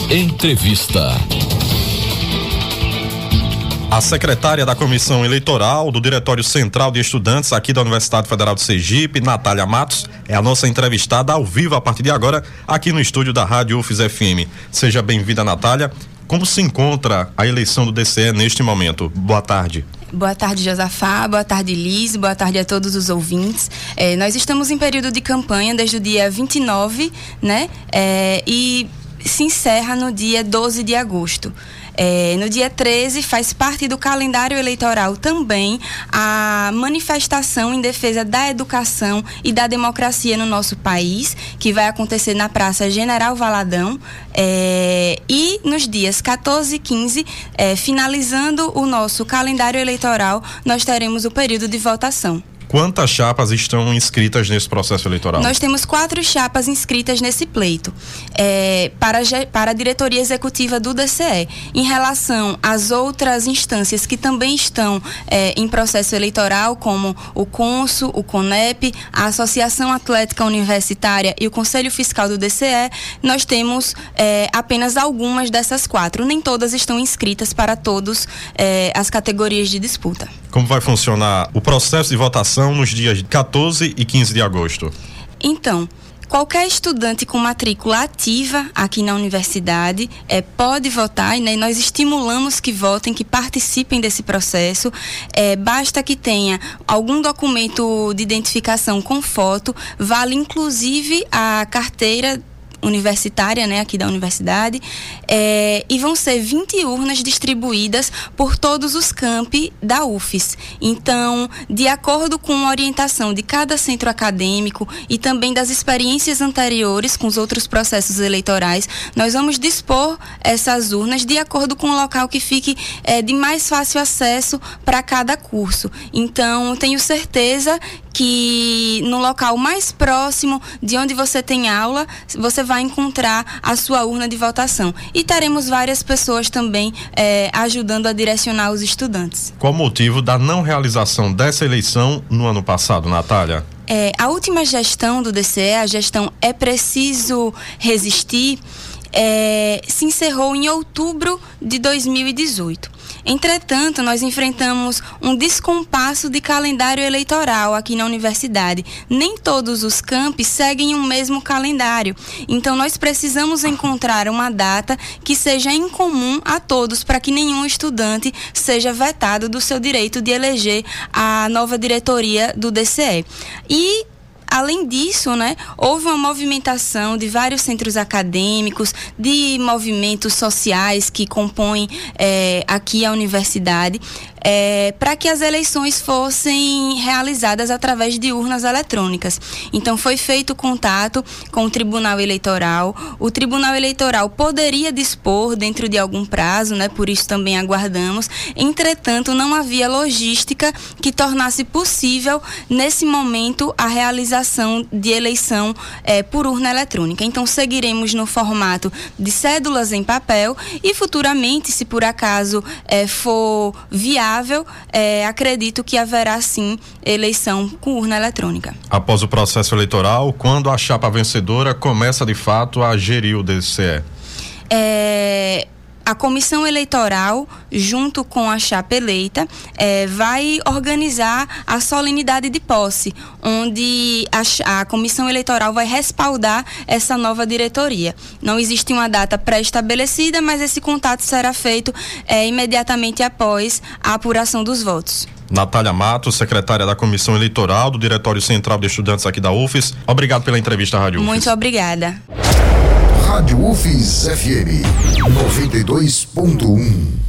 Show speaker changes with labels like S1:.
S1: Entrevista.
S2: A secretária da Comissão Eleitoral do Diretório Central de Estudantes aqui da Universidade Federal de Sergipe, Natália Matos, é a nossa entrevistada ao vivo a partir de agora aqui no estúdio da Rádio UFES FM. Seja bem-vinda, Natália. Como se encontra a eleição do DCE neste momento? Boa tarde.
S3: Boa tarde, Josafá. Boa tarde, Liz. Boa tarde a todos os ouvintes. Nós estamos em período de campanha desde o dia 29, né? E se encerra no dia 12 de agosto. No dia 13, faz parte do calendário eleitoral também a manifestação em defesa da educação e da democracia no nosso país, que vai acontecer na Praça General Valadão. E nos dias 14 e 15, finalizando o nosso calendário eleitoral, nós teremos o período de votação.
S2: Quantas chapas estão inscritas nesse processo eleitoral?
S3: Nós temos 4 chapas inscritas nesse pleito para a diretoria executiva do DCE. Em relação às outras instâncias que também estão em processo eleitoral, como o CONSU, o CONEP, a Associação Atlética Universitária e o Conselho Fiscal do DCE, nós temos apenas algumas dessas 4. Nem todas estão inscritas para todas as categorias de disputa.
S2: Como vai funcionar o processo de votação nos dias 14 e 15 de agosto?
S3: Então, qualquer estudante com matrícula ativa aqui na universidade pode votar, né? Nós estimulamos que votem, que participem desse processo. Basta que tenha algum documento de identificação com foto, vale inclusive a carteira universitária, né, aqui da universidade, e vão ser 20 urnas distribuídas por todos os campi da UFES. Então, de acordo com a orientação de cada centro acadêmico e também das experiências anteriores com os outros processos eleitorais, nós vamos dispor essas urnas de acordo com o local que fique de mais fácil acesso para cada curso. Então, tenho certeza que no local mais próximo de onde você tem aula, você vai encontrar a sua urna de votação. E teremos várias pessoas também ajudando a direcionar os estudantes.
S2: Qual o motivo da não realização dessa eleição no ano passado, Natália?
S3: A última gestão do DCE, a gestão É Preciso Resistir, se encerrou em outubro de 2018. Entretanto, nós enfrentamos um descompasso de calendário eleitoral aqui na universidade. Nem todos os campi seguem o mesmo calendário. Então, nós precisamos encontrar uma data que seja em comum a todos, para que nenhum estudante seja vetado do seu direito de eleger a nova diretoria do DCE. E além disso, né, houve uma movimentação de vários centros acadêmicos, de movimentos sociais que compõem aqui a universidade, para que as eleições fossem realizadas através de urnas eletrônicas. Então, foi feito contato com o Tribunal Eleitoral. O Tribunal Eleitoral poderia dispor dentro de algum prazo, né, por isso também aguardamos. Entretanto, não havia logística que tornasse possível, nesse momento, a realização de eleição por urna eletrônica. Então, seguiremos no formato de cédulas em papel e futuramente, se por acaso for viável, acredito que haverá sim eleição com urna eletrônica.
S2: Após o processo eleitoral, quando a chapa vencedora começa de fato a gerir o DCE? A comissão eleitoral, junto com a chapa eleita, vai organizar a solenidade de posse, onde a comissão eleitoral vai respaldar essa nova diretoria. Não existe uma data pré-estabelecida, mas esse contato será feito imediatamente após a apuração dos votos. Natália Matos, secretária da Comissão Eleitoral do Diretório Central de Estudantes aqui da UFES. Obrigado pela entrevista à Rádio UFES.
S3: Muito obrigada.
S4: Rádio UFES FM 92.1